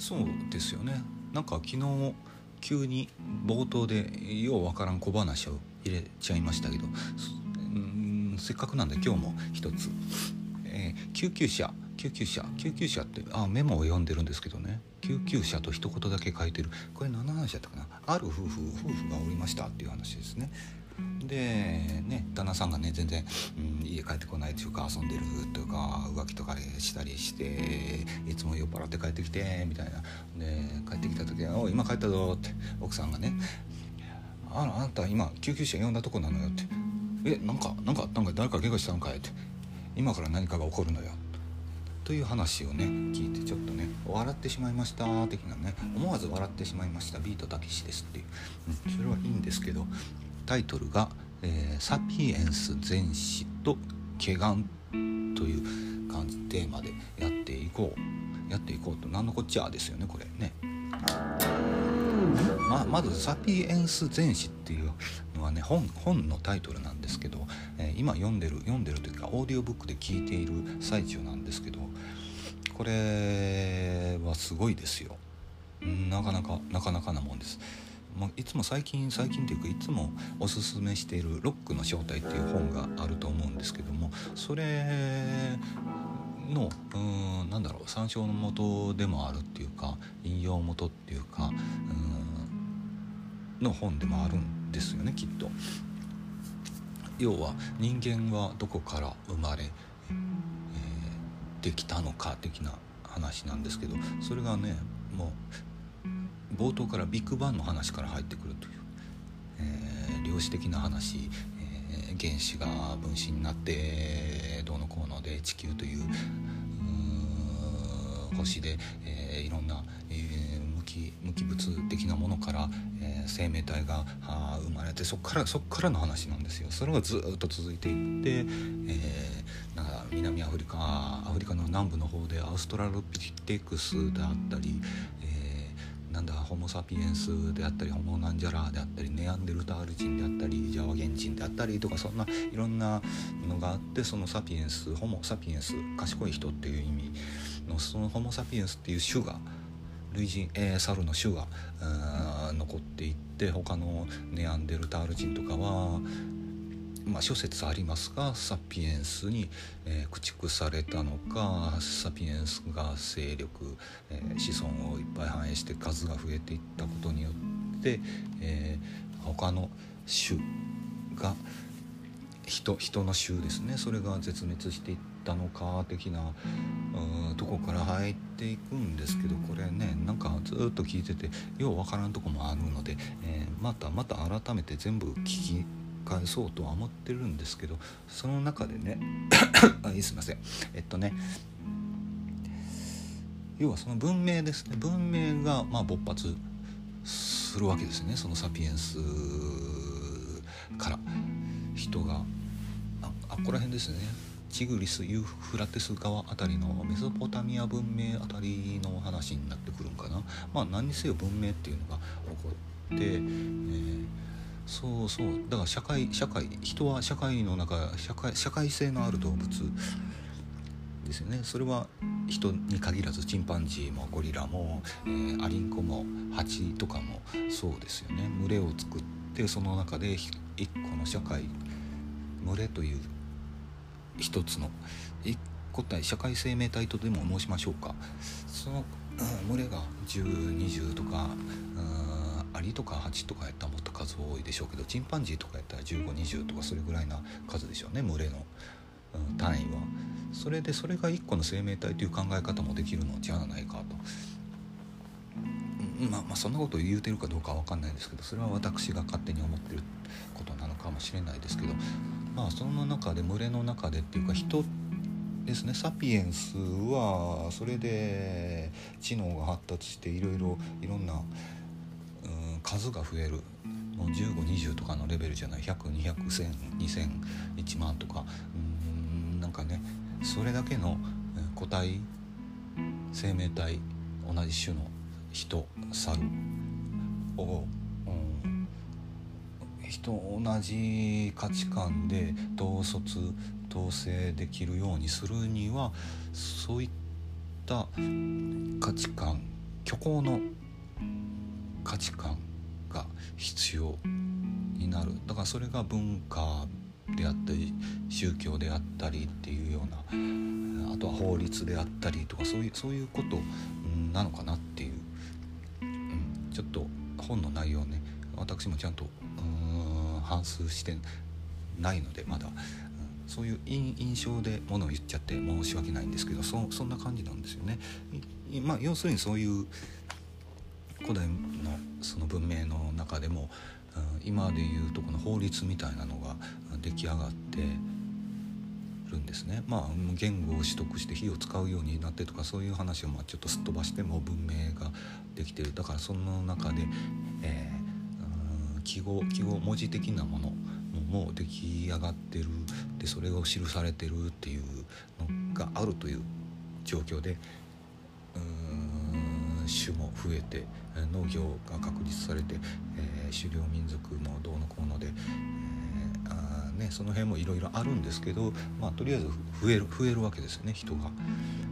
そうですよね。なんか昨日急に冒頭でようわからん小話を入れちゃいましたけど、せっかくなんで今日も一つ、救急車ってメモを読んでるんですけどね、救急車と一言だけ書いてる。これ何の話だったかな。ある夫婦がおりましたっていう話ですね。でね、旦那さんがね全然、家帰ってこないというか遊んでるというか浮気とかしたりして、いつも酔っ払って帰ってきてみたいな。で帰ってきた時は「おい今帰ったぞ」って奥さんがね「あなた今救急車呼んだとこなのよ」って「なんかあったんかい、誰か怪我したんかい」って「今から何かが起こるのよ」という話をね聞いて、ちょっとね笑ってしまいました的なね、思わず笑ってしまいました。ビートたけしですっていう、それはいいんですけど、タイトルが、サピエンス全史と怪我という感じテーマでやっていこうと、何のこっちゃですよねこれね。まずサピエンス全史っていうのはね本のタイトルなんですけど、今読んでるというかオーディオブックで聞いている最中なんですけど、これはすごいですよ。なかなかなもんです。いつも最近っていうかいつもおすすめしているロックの正体っていう本があると思うんですけども、それの参照の元でもあるっていうか引用元っていうかの本でもあるんですよねきっと。要は人間はどこから生まれ、できたのか的な話なんですけど、それがねもう冒頭からビッグバンの話から入ってくるという、量子的な話、原子が分子になってどうのこうので地球という星で、いろんな、無機物的なものから、生命体が生まれて、そっからの話なんですよ。それがずっと続いていって、なんか南アフリカの南部の方でアウストラロピテクスであったり、ホモサピエンスであったりホモなんじゃらであったりネアンデルタール人であったりジャワ原人であったりとか、そんないろんなのがあって、そのサピエンスホモサピエンス賢い人っていう意味のそのホモサピエンスっていう種が類人、猿の種が残っていって、他のネアンデルタール人とかは諸説ありますがサピエンスに、駆逐されたのか、サピエンスが勢力、子孫をいっぱい繁栄して数が増えていったことによって、他の種が人の種ですね、それが絶滅していったのか的なとこから入っていくんですけど、これねなんかずっと聞いててようわからんとこもあるので、また改めて全部聞き返そうとは思ってるんですけど、その中でねすいません要はその文明ですね、文明が勃発するわけですね。そのサピエンスから人がここら辺ですね、チグリス・ユーフラテス川あたりのメソポタミア文明あたりの話になってくるんかな。何にせよ文明っていうのが起こって、だから社会人は社会の中社会性のある動物ですよね。それは人に限らずチンパンジーもゴリラも、アリンコもハチとかもそうですよね。群れを作ってその中で一個の社会、群れという一つの一個体、社会生命体とでも申しましょうか。その、群れが10、20とかアリとかハチとかやったらもっと数多いでしょうけど、チンパンジーとかやったら15、20とかそれぐらいな数でしょうね、群れの、単位は。それが一個の生命体という考え方もできるのじゃないかと。そんなことを言うてるかどうかは分かんないですけど、それは私が勝手に思ってることなのかもしれないですけど、その中で群れの中でっていうか人ですね。サピエンスはそれで知能が発達していろんな、数が増える、もう15、20とかのレベルじゃない、100、200、1000、2000、1万とか、なんかねそれだけの個体生命体、同じ種の人猿を、同じ価値観で統制できるようにするには、そういった価値観、 虚構の価値観が必要になる。だからそれが文化であったり宗教であったりっていうような、あとは法律であったりとか、そういうことなのかなっていう、ちょっと本の内容ね、私もちゃんと反芻してないのでまだ、そういう印象でものを言っちゃって申し訳ないんですけど、そんな感じなんですよね。要するにそういう古代のその文明の中でも、今でいうとこの法律みたいなのが出来上がってるんですね。言語を取得して火を使うようになってとか、そういう話をちょっとすっ飛ばしても文明ができてる。だからその中で、記号文字的なものもう出来上がってる。でそれを記されてるっていうのがあるという状況で、種も増えて農業が確立されて、狩猟民族もどうのこうので、その辺もいろいろあるんですけど、とりあえず増えるわけですよね、人が。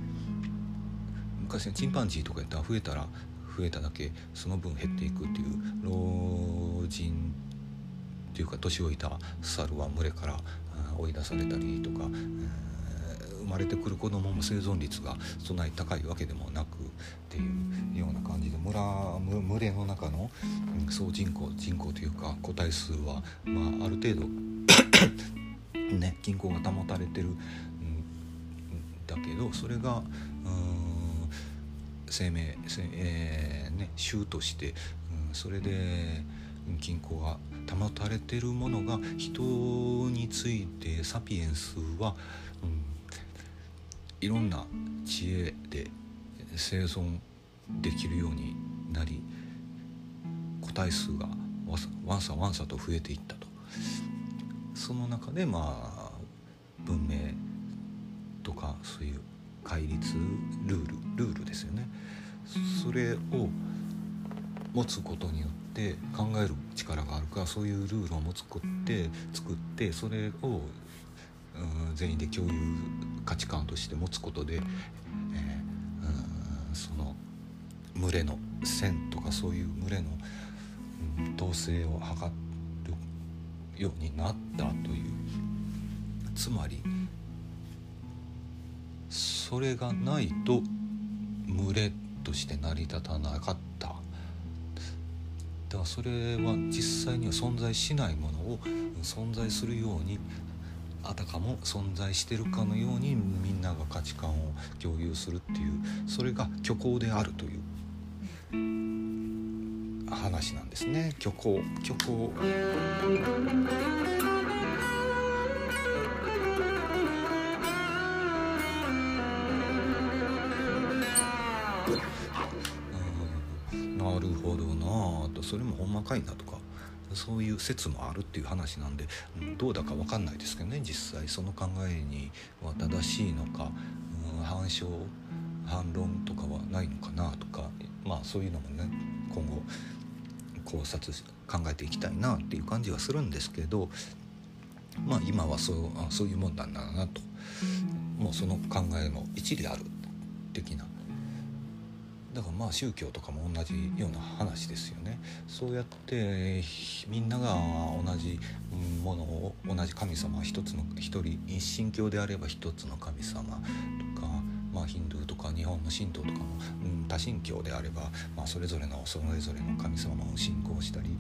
昔のチンパンジーとかやったら増えただけその分減っていくっていう、老人っていうか年老いた猿は群れから追い出されたりとか、生まれてくる子供も生存率がそんなに高いわけでもなくっていうような感じで、群れの中の総人口というか個体数は、ある程度ね、均衡が保たれてるんだけど、それが種として、それで均衡が保たれてるものが人について、サピエンスは、いろんな知恵で生存できるようになり、個体数がわんさと増えていったと。その中で文明とかそういう戒律ルールですよね。それを持つことによって考える力があるから、そういうルールを作ってそれを全員で共有価値観として持つことで、その群れの線とかそういう群れの統制を図るようになったという、つまりそれがないと群れとして成り立たなかった。だからそれは実際には存在しないものを存在するように、あたかも存在してるかのようにみんなが価値観を共有するっていう、それが虚構であるという話なんですね。虚構なるほどなと、それもほんまかいなとか、そういう説もあるっていう話なんで、どうだか分かんないですけどね、実際その考えには正しいのか、反論とかはないのかなとか、そういうのもね今後考えていきたいなっていう感じはするんですけど、今はそういうもんなんだなと、もうその考えも一理ある的な。だから宗教とかも同じような話ですよね。そうやってみんなが同じものを、同じ神様、一人一神教であれば一つの神様とか、ヒンドゥーとか日本の神道とかも、多神教であれば、それぞれの神様を信仰したり、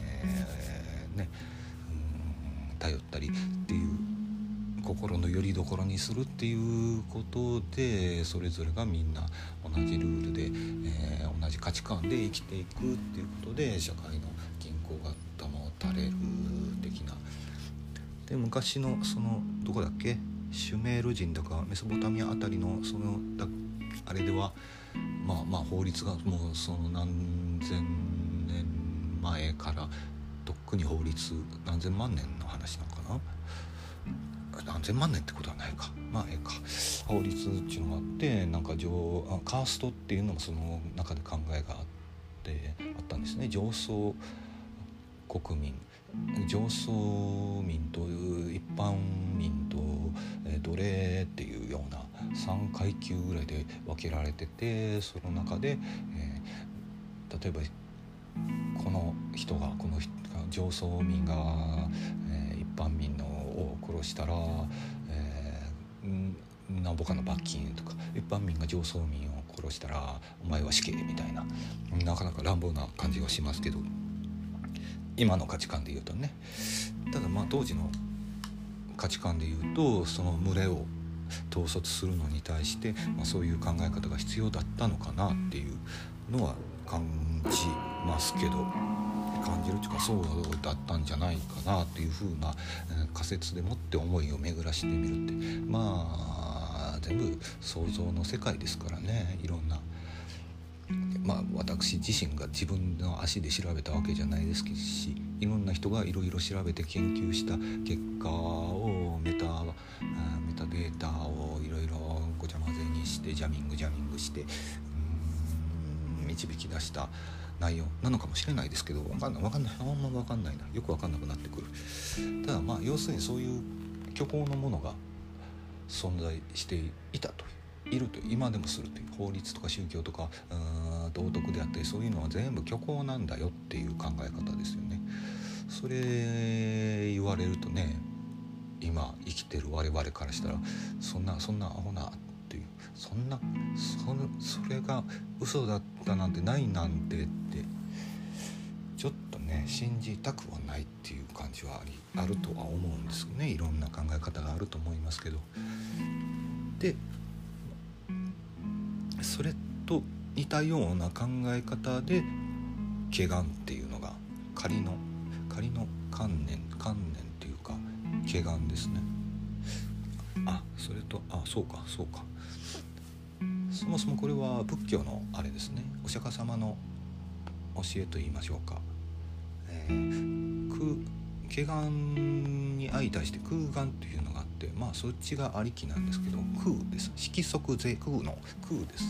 頼ったりっていう、心の拠り所にするっていうことで、それぞれがみんな同じルールで、同じ価値観で生きていくっていうことで、社会の均衡が保たれる的な。で、昔のそのどこだっけ、シュメール人とかメソポタミアあたりのそのあれでは、法律がもうその何千年前からとっくに法律、何千万年の話なのかな、何千万年ってことはないか、法律っていうのがあって、カーストっていうのもその中で考えがあったんですね。上層国民、上層民と一般民と奴隷っていうような3階級ぐらいで分けられてて、その中で、 例えばこの上層民が、一般民を殺したら、なんぼかの罰金とか、一般民が上層民を殺したらお前は死刑みたいな、なかなか乱暴な感じがしますけど、今の価値観で言うとね。ただ当時の価値観で言うと、その群れを統率するのに対して、そういう考え方が必要だったのかなっていうのは感じますけど、感じるというか、そうだったんじゃないかなっていう風な仮説でもって思いを巡らしてみるって、全部想像の世界ですからね。いろんな、私自身が自分の足で調べたわけじゃないですし、いろんな人がいろいろ調べて研究した結果をメタデータをいろいろごちゃ混ぜにしてジャミングして導き出した内容なのかもしれないですけど、分かんないな、よく分かんなくなってくる。ただ要するにそういう虚構のものが存在していたといると、今でもするという法律とか宗教とか道徳であったり、そういうのは全部虚構なんだよっていう考え方ですよね。それ言われるとね、今生きてる我々からしたらそんなアホなっていう、それが嘘だったなんてないなんてってちょっとね信じたくはないっていう感じはあるとは思うんですよね。いろんな考え方があると思いますけど、でそれと似たような考え方で怪我っていうのが仮の観念っていうか怪我ですね。それとそうかそもそもこれは仏教のあれですね。お釈迦様の教えと言いましょうか。怪我に相対して空願というのがあって、そっちがありきなんですけど、空です。色即是空の空です。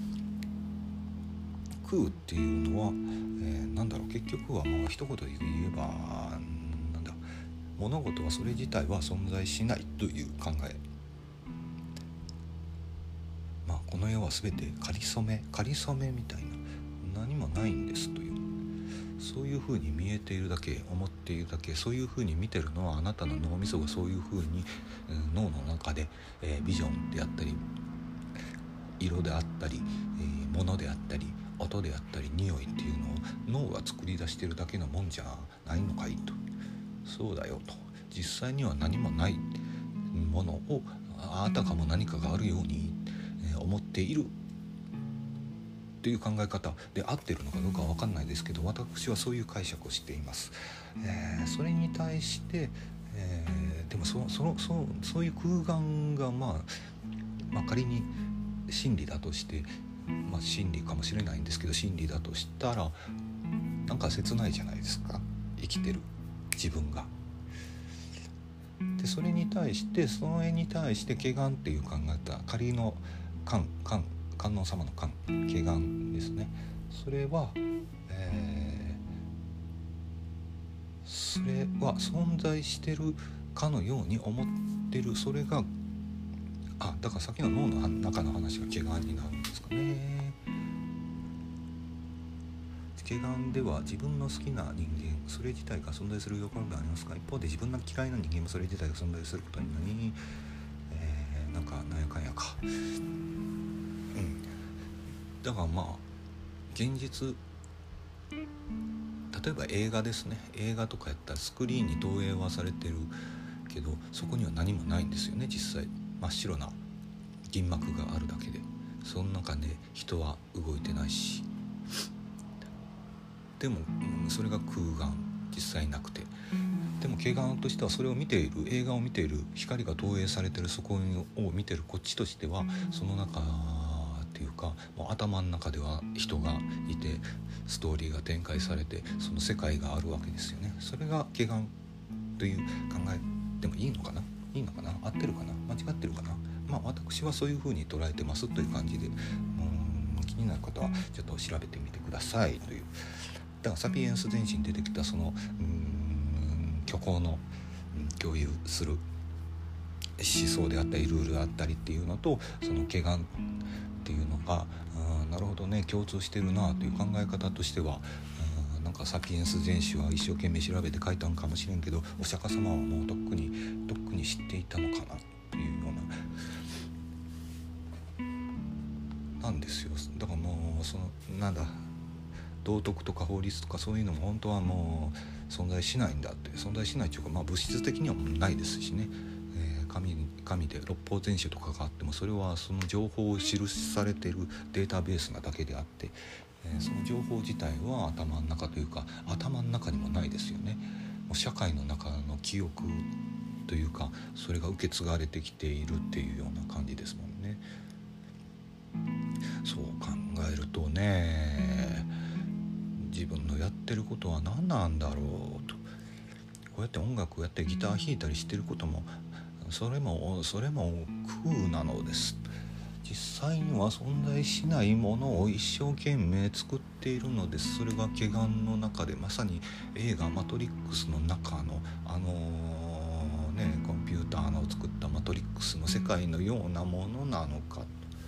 空っていうのは、結局は一言で言えば物事はそれ自体は存在しないという考え。この世は全て仮初めみたいな、何もないんですという、そういうふうに見えているだけ、思っているだけ、そういうふうに見てるのはあなたの脳みそがそういうふうに脳の中で、ビジョンであったり色であったり、物であったり音であったり匂いっていうのを脳が作り出しているだけのもんじゃないのかいと。そうだよと。実際には何もないものをあたかも何かがあるように思っているっていう考え方で合ってるのかどうかは分かんないですけど、私はそういう解釈をしています。それに対して、でもそういう空間が仮に真理だとして、真理かもしれないんですけど、真理だとしたらなんか切ないじゃないですか、生きてる自分が。でそれに対して怪我っていう考えた仮の観音様の怪我ですね。それは存在してるかのように思ってる。それがだからさっきの脳の中の話が怪我になるんですかね。怪我では自分の好きな人間、それ自体が存在する喜びがありますが、一方で自分の嫌いな人間もそれ自体が存在することになり、なんやかんやか、だから現実、例えば映画ですね。映画とかやったらスクリーンに投影はされてるけど、そこには何もないんですよね。実際真っ白な銀幕があるだけで、その中で人は動いてないし、でも、それが空眼、実際なくて、でも怪我としてはそれを見ている、映画を見ている、光が投影されているそこを見ているこっちとしては、その中っていうかもう頭の中では人がいてストーリーが展開されて、その世界があるわけですよね。それが怪我という考えでもいいのかな、合ってるかな、間違ってるかな。私はそういう風に捉えてますという感じで、気になる方はちょっと調べてみてくださいという。だからサピエンス全史に出てきたその虚構の共有する思想であったりルールであったりっていうのと、その怪我っていうのがなるほどね、共通してるなという考え方としては、なんかサピエンス全史は一生懸命調べて書いたんかもしれんけど、お釈迦様はもうとっくに知っていたのかなというようななんですよ。だからもうなんだ、道徳とか法律とかそういうのも本当はもう存在しないんだって、存在しないというか、物質的にはないですしね、紙で六法全書とかがあっても、それはその情報を記されているデータベースなだけであって、その情報自体は頭の中というか、頭の中にもないですよね。もう社会の中の記憶というか、それが受け継がれてきているっていうような感じですもんね。そう考えるとね、自分のやってることは何なんだろうと。こうやって音楽をやってギター弾いたりしてることも、それも空なのです。実際には存在しないものを一生懸命作っているのです。それが奇岩の中で、まさに映画マトリックスの中のコンピューターの作ったマトリックスの世界のようなものなのか、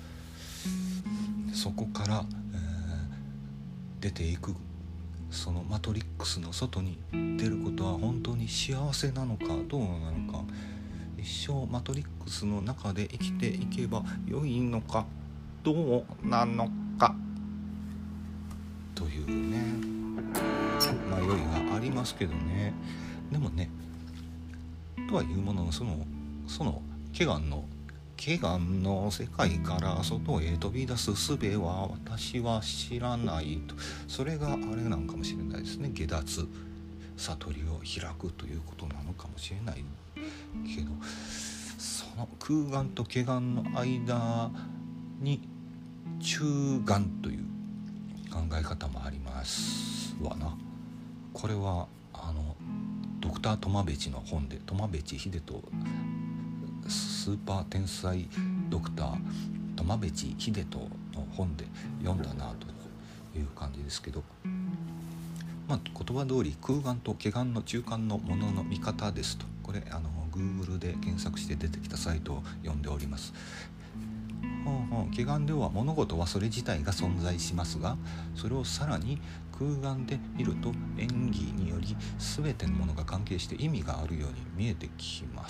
そこから、出ていく、そのマトリックスの外に出ることは本当に幸せなのかどうなのか、一生マトリックスの中で生きていけば良いのかどうなのかというね、迷いがありますけどね。でもね、とはいうものの、その奇岩の世界から外へ飛び出す術は私は知らないと。それがあれなんかもしれないですね。下脱、悟りを開くということなのかもしれないけど、その空眼と奇眼の間に中眼という考え方もありますわな。これはドクタートマベチの本で、トマベチ秀人スーパー天才ドクタートマベチ秀人の本で読んだなという感じですけど、言葉通り空眼と奇眼の中間のものの見方ですと。これGoogle で検索して出てきたサイトを読んでおります。奇眼では物事はそれ自体が存在しますが、それをさらに空眼で見ると演技により全てのものが関係して意味があるように見えてきます。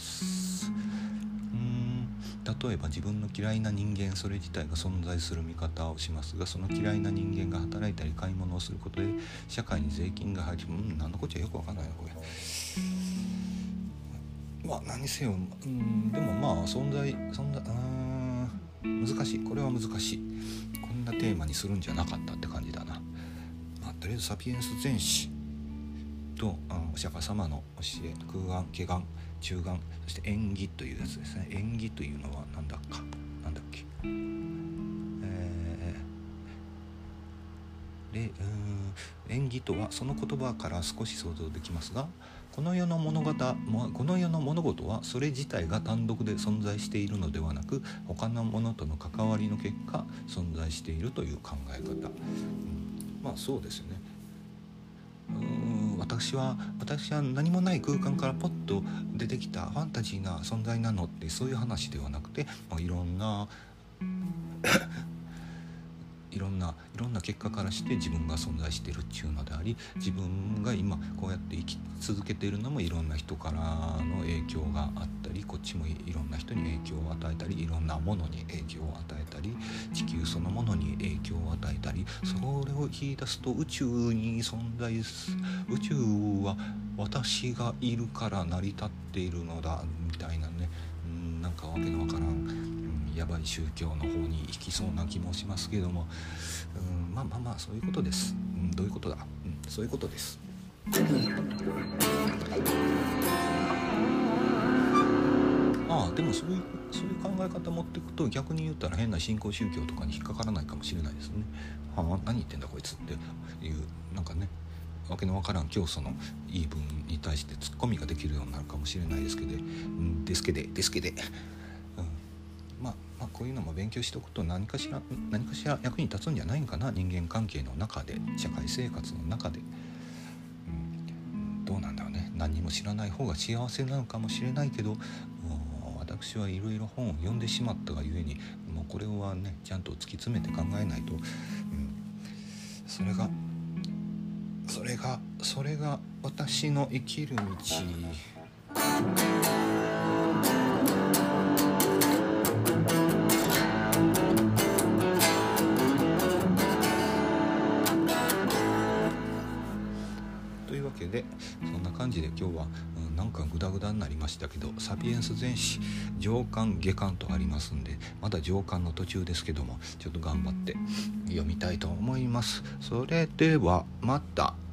例えば自分の嫌いな人間、それ自体が存在する見方をしますが、その嫌いな人間が働いたり買い物をすることで社会に税金が入り、何のこっちゃよくわかんないなこれ。何せよ、でも存在難しい。これは難しい。こんなテーマにするんじゃなかったって感じだな。とりあえずサピエンス全史とお釈迦様の教え、空眼、奇眼、中眼、そして縁起というやつですね。縁起というのはなんだっけ、縁起とはその言葉から少し想像できますが、この世の物事はそれ自体が単独で存在しているのではなく、他のものとの関わりの結果存在しているという考え方。そうですよね。私は何もない空間からポッと出てきたファンタジーな存在なのって、そういう話ではなくて、いろんな結果からして自分が存在しているっていうのであり、自分が今こうやって生き続けているのもいろんな人からの影響があったり、こっちもいろんな人に影響を与えたり、いろんなものに影響を与えたり、地球そのものに影響を与えたり、それを言い出すと宇宙に存在する、宇宙は私がいるから成り立っているのだみたいなね、なんかわけのわからんやばい宗教の方に行きそうな気もしますけども、そういうことです。どういうことだ、そういうことです。でもそういう考え方持っていくと、逆に言ったら変な新興宗教とかに引っかからないかもしれないですね。何言ってんだこいつっていうなんかね、わけのわからん教祖の言い分に対してツッコミができるようになるかもしれないですけど、こういうのも勉強しておくと何かしら役に立つんじゃないのかな。人間関係の中で、社会生活の中で、どうなんだろうね。何にも知らない方が幸せなのかもしれないけど、 私はいろいろ本を読んでしまったがゆえに、もうこれはねちゃんと突き詰めて考えないと、それが私の生きる道。というわけでそんな感じで今日は、なんかグダグダになりましたけど、サピエンス全史上巻下巻とありますんで、まだ上巻の途中ですけども、ちょっと頑張って読みたいと思います。それではまた。